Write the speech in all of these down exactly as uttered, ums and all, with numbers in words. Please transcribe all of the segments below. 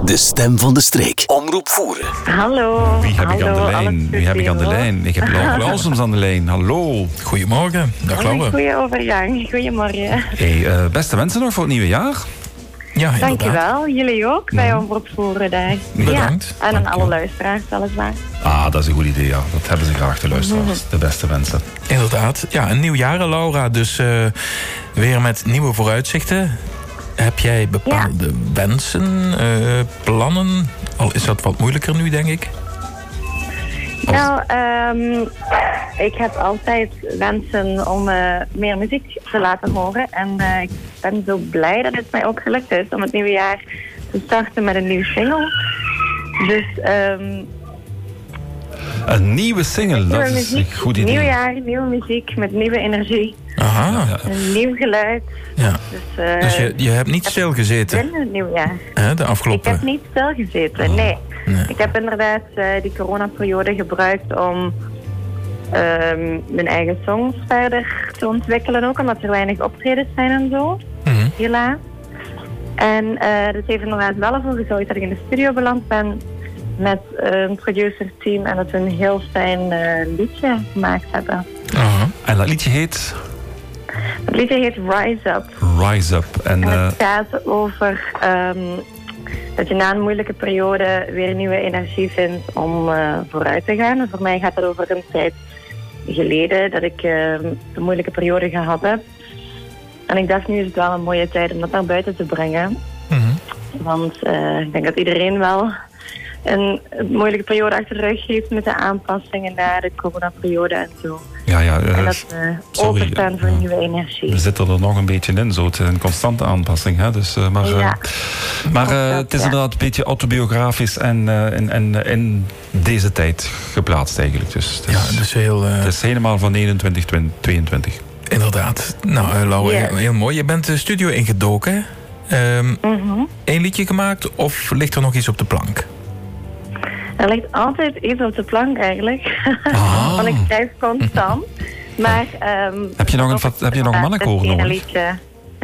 De stem van de streek. Omroep Voeren. Hallo. Wie heb Hallo, ik aan de lijn? Wie heb ik aan de lijn? Ik heb Laura Lausums aan de lijn. Hallo. Goedemorgen. Dag Laura. Goeie overgang. Goedemorgen. Hey, uh, beste wensen nog voor het nieuwe jaar. Ja, inderdaad. Dankjewel. Jullie ook bij Ja. Omroep Voeren daar. Bedankt. Ja. En aan Dank je. alle luisteraars weliswaar. Ah, dat is een goed idee, ja. Dat hebben ze graag, de luisteraars. De beste wensen. Inderdaad. Ja, een nieuw jaar, Laura. Dus uh, weer met nieuwe vooruitzichten. Heb jij bepaalde ja. wensen, uh, plannen? Al is dat wat moeilijker nu, denk ik. Nou, um, ik heb altijd wensen om uh, meer muziek te laten horen. En uh, ik ben zo blij dat het mij ook gelukt is om het nieuwe jaar te starten met een nieuwe single. Dus... Um, een nieuwe single, dat is muziek, een goed idee. Nieuw jaar, nieuwe muziek met nieuwe energie. Aha. Ja, ja. Een nieuw geluid. Ja. Dus, uh, dus je, je hebt niet stilgezeten? In het nieuwjaar. Hè, de afgelopen... Ik heb niet stilgezeten, oh. nee. nee. Ik heb inderdaad uh, die coronaperiode gebruikt om um, mijn eigen songs verder te ontwikkelen ook, omdat er weinig optredens zijn en zo. Mm-hmm. Helaas. En uh, dat heeft inderdaad wel ervoor gezorgd dat ik in de studio beland ben met een producerteam en dat we een heel fijn uh, liedje gemaakt hebben. Uh-huh. En dat liedje heet? Het liedje heet Rise Up. Rise Up. En, en het uh... gaat over um, dat je na een moeilijke periode weer nieuwe energie vindt om uh, vooruit te gaan. En voor mij gaat het over een tijd geleden dat ik uh, een moeilijke periode gehad heb. En ik dacht, nu is het wel een mooie tijd om dat naar buiten te brengen. Mm-hmm. Want uh, ik denk dat iedereen wel een moeilijke periode achter de rug heeft met de aanpassingen na de coronaperiode en zo. Ja, ja, uh, en dat we openstaan voor nieuwe energie. We zitten er nog een beetje in, zo. Het is een constante aanpassing. Hè? Dus, uh, maar ja. uh, maar uh, het is ja. inderdaad een beetje autobiografisch en uh, in, in, in deze tijd geplaatst eigenlijk. Dus het is, ja, dus heel, uh... het is helemaal van eenentwintig tweeëntwintig. Inderdaad. Nou, uh, Laura, yes. heel, heel mooi. Je bent de studio ingedoken. Um, mm-hmm. Eén liedje gemaakt of ligt er nog iets op de plank? Er ligt altijd iets op de plank eigenlijk. Oh. Want ik schrijf constant. Maar, um, heb je nog een, wat, heb je nog een mannenkoor nodig? Liedje.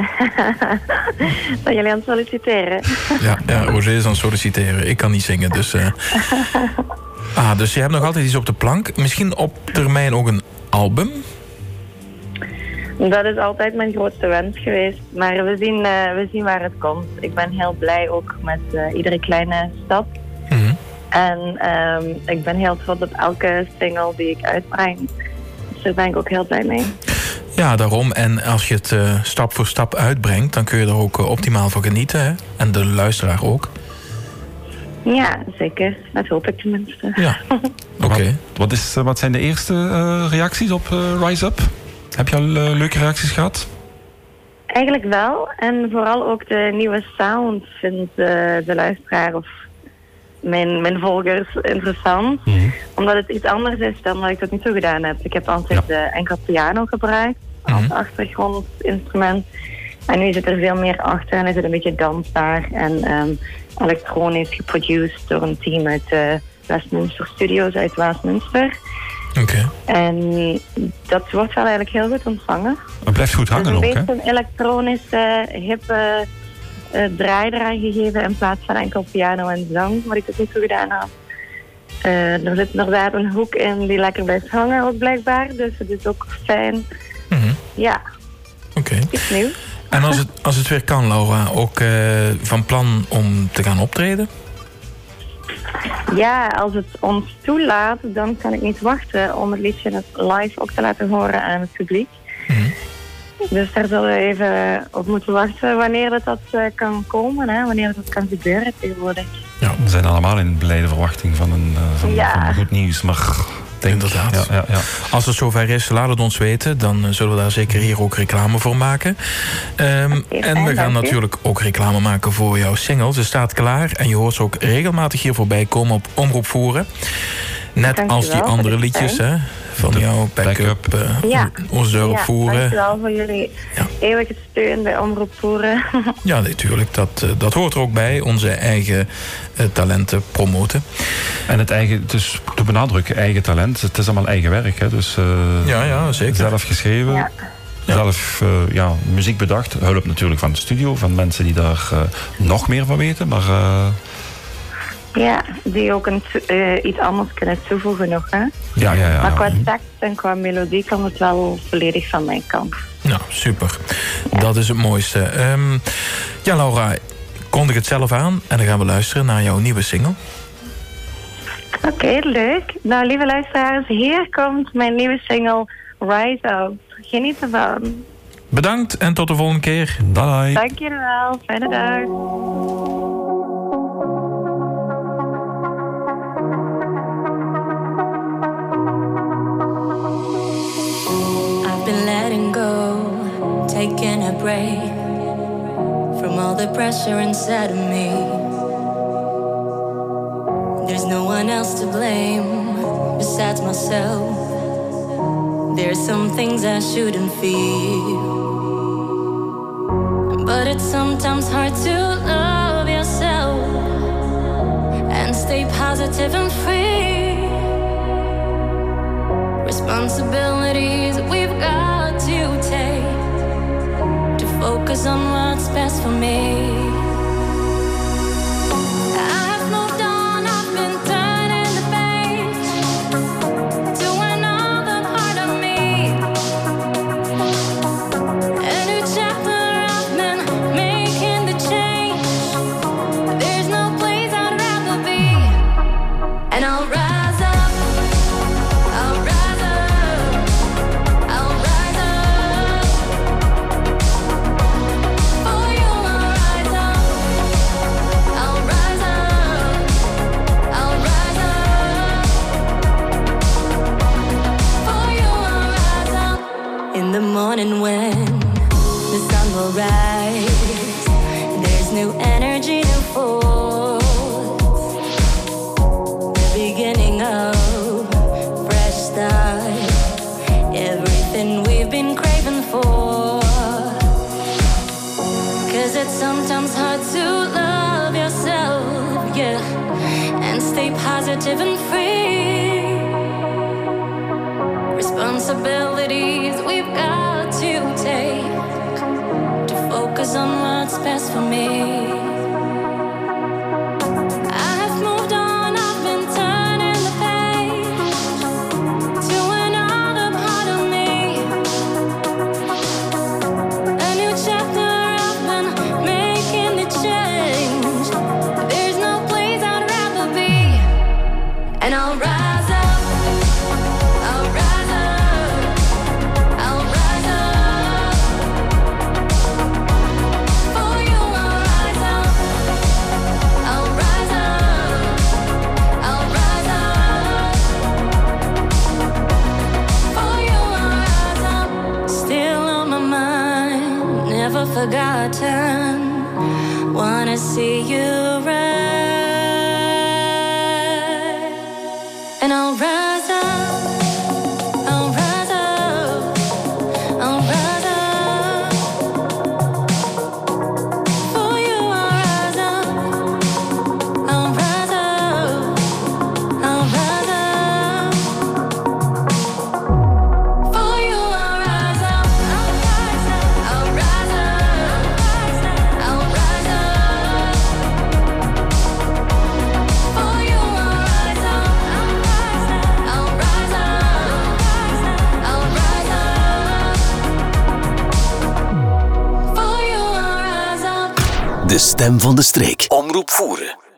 Zijn jullie aan het solliciteren? Ja, ja, Roger is aan het solliciteren. Ik kan niet zingen, dus... Uh... Ah, dus je hebt nog altijd iets op de plank. Misschien op termijn ook een album? Dat is altijd mijn grootste wens geweest. Maar we zien, uh, we zien waar het komt. Ik ben heel blij ook met uh, iedere kleine stap. Mm-hmm. En um, ik ben heel trots op elke single die ik uitbreng. Dus daar ben ik ook heel blij mee. Ja, daarom. En als je het uh, stap voor stap uitbrengt, dan kun je er ook uh, optimaal van genieten. Hè? En de luisteraar ook. Ja, zeker. Dat hoop ik tenminste. Ja, oké. Okay. Wat, wat, wat zijn de eerste uh, reacties op uh, Rise Up? Heb je al uh, leuke reacties gehad? Eigenlijk wel. En vooral ook de nieuwe sound vindt uh, de luisteraar of mijn, mijn volgers interessant. Mm-hmm. Omdat het iets anders is dan wat ik tot nu toe gedaan heb. Ik heb altijd ja. uh, enkel piano gebruikt als mm-hmm. achtergrondinstrument. En nu zit er veel meer achter en is het een beetje dansbaar en um, elektronisch geproduceerd door een team uit de uh, Westminster Studios uit Westminster. Okay. En dat wordt wel eigenlijk heel goed ontvangen. Het blijft goed hangen ook, hè? Het is een beetje een elektronische, hippe uh, draai eraan gegeven in plaats van enkel piano en zang, wat ik tot nu toe gedaan heb. Uh, er zit inderdaad een hoek in die lekker blijft hangen, ook blijkbaar. Dus het is ook fijn. Mm-hmm. Ja. Oké. Okay. Iets nieuws. En als het, als het weer kan, Laura, ook uh, van plan om te gaan optreden? Ja, als het ons toelaat, dan kan ik niet wachten om het liedje live ook te laten horen aan het publiek. Mm-hmm. Dus daar zullen we even op moeten wachten wanneer dat, dat uh, kan komen, hè? Wanneer dat kan gebeuren tegenwoordig. Ja, we zijn allemaal in blijde verwachting van een, uh, van, ja. van goed nieuws, maar... Inderdaad. Ja, ja, ja. Als het zover is, laat het ons weten. Dan zullen we daar zeker hier ook reclame voor maken. Um, en we gaan natuurlijk ook reclame maken voor jouw single. Ze staat klaar en je hoort ze ook regelmatig hier voorbij komen op Omroep Voeren. Net Dank als die andere liedjes hè, van jouw backup. Uh, ja. Onze deur op ja, Voeren. Dankjewel voor jullie ja. eeuwige steun bij Omroep Voeren. Ja, natuurlijk. Dat, uh, dat hoort er ook bij. Onze eigen uh, talenten promoten. En het eigen, dus te benadrukken, eigen talent. Het is allemaal eigen werk. Hè? Dus, uh, ja, ja, zeker. Zelf geschreven. Ja. Zelf uh, ja, muziek bedacht. Hulp natuurlijk van de studio. Van mensen die daar uh, nog meer van weten. Maar... Uh, Ja, die ook een, uh, iets anders kunnen toevoegen nog. Hè? Ja, ja, ja. Maar qua tekst en qua melodie kan het wel volledig van mijn kant. Nou, super. Ja. Dat is het mooiste. Um, ja, Laura, kondig het zelf aan en dan gaan we luisteren naar jouw nieuwe single. Oké, okay, leuk. Nou, lieve luisteraars, hier komt mijn nieuwe single Rise Up. Geniet ervan. Bedankt en tot de volgende keer. Bye. Dank jullie wel. Fijne dag. I've been letting go, taking a break from all the pressure inside of me. There's no one else to blame besides myself. There's some things I shouldn't feel, but it's sometimes hard to love yourself and stay positive and free. Responsibilities we've got to take to focus on what's best for me. Morning when the sun will rise, there's new energy, new force, the beginning of fresh start, everything we've been craving for. Cause it's sometimes hard to love yourself, yeah, and stay positive and free. Responsibilities we've got to take to focus on what's best for me. I've moved on, I've been turning the page to another part of me. A new chapter, I've been making the change. There's no place I'd rather be, and I'll rise up. Forgotten, wanna see you rise, and I'll rise up, I'll rise up, I'll rise up. For you I'll rise up, I'll rise up, I'll rise up. For you I'll rise up, I'll rise up, I'll rise up. De stem van de streek. Omroep Voeren.